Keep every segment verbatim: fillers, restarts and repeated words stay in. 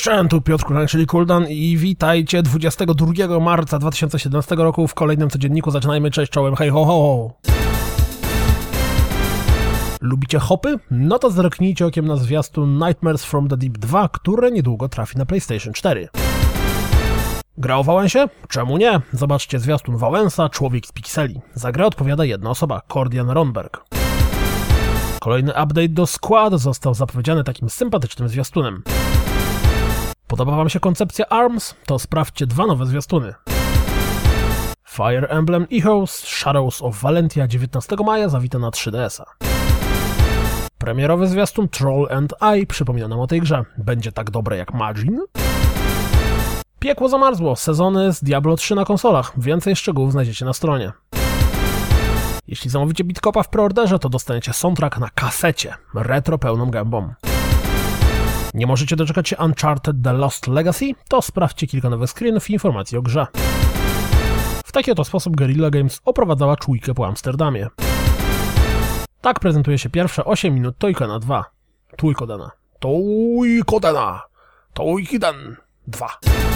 Cześć, tu Piotr Kulanek, czyli Kuldan i witajcie dwudziestego drugiego marca dwa tysiące siedemnastego roku w kolejnym codzienniku. Zaczynajmy, cześć czołem, hej ho ho! Lubicie hopy? No to zerknijcie okiem na zwiastun Nightmares from the Deep dwa, które niedługo trafi na PlayStation cztery. Gra o Wałęsie? Czemu nie? Zobaczcie zwiastun Wałęsa, Człowiek z pikseli. Za grę odpowiada jedna osoba, Cordian Ronberg. Kolejny update do Squad został zapowiedziany takim sympatycznym zwiastunem. Podoba wam się koncepcja ARMS? To sprawdźcie dwa nowe zwiastuny. Fire Emblem Echoes Shadows of Valentia dziewiętnastego maja zawita na trzy D S a. Premierowy zwiastun Troll and I przypomina nam o tej grze. Będzie tak dobre jak Magin? Piekło zamarzło, sezony z Diablo trzy na konsolach. Więcej szczegółów znajdziecie na stronie. Jeśli zamówicie Bitcopa w preorderze, to dostaniecie soundtrack na kasecie, retro pełną gębą. Nie możecie doczekać się Uncharted The Lost Legacy? To sprawdźcie kilka nowych screenów i informacji o grze. W taki oto sposób Guerrilla Games oprowadzała czujkę po Amsterdamie. Tak prezentuje się pierwsze osiem minut Toykena dwa. Toykodena. Toykodena. Toykiden dwa.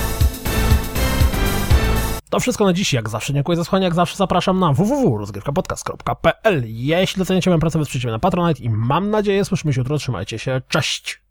To wszystko na dziś, jak zawsze dziękuję za słuchanie, jak zawsze zapraszam na w w w kropka rozgrywka podcast kropka p l. Jeśli doceniacie moją pracę, wesprzyjcie mnie na Patronite i mam nadzieję słyszymy się jutro, trzymajcie się, cześć!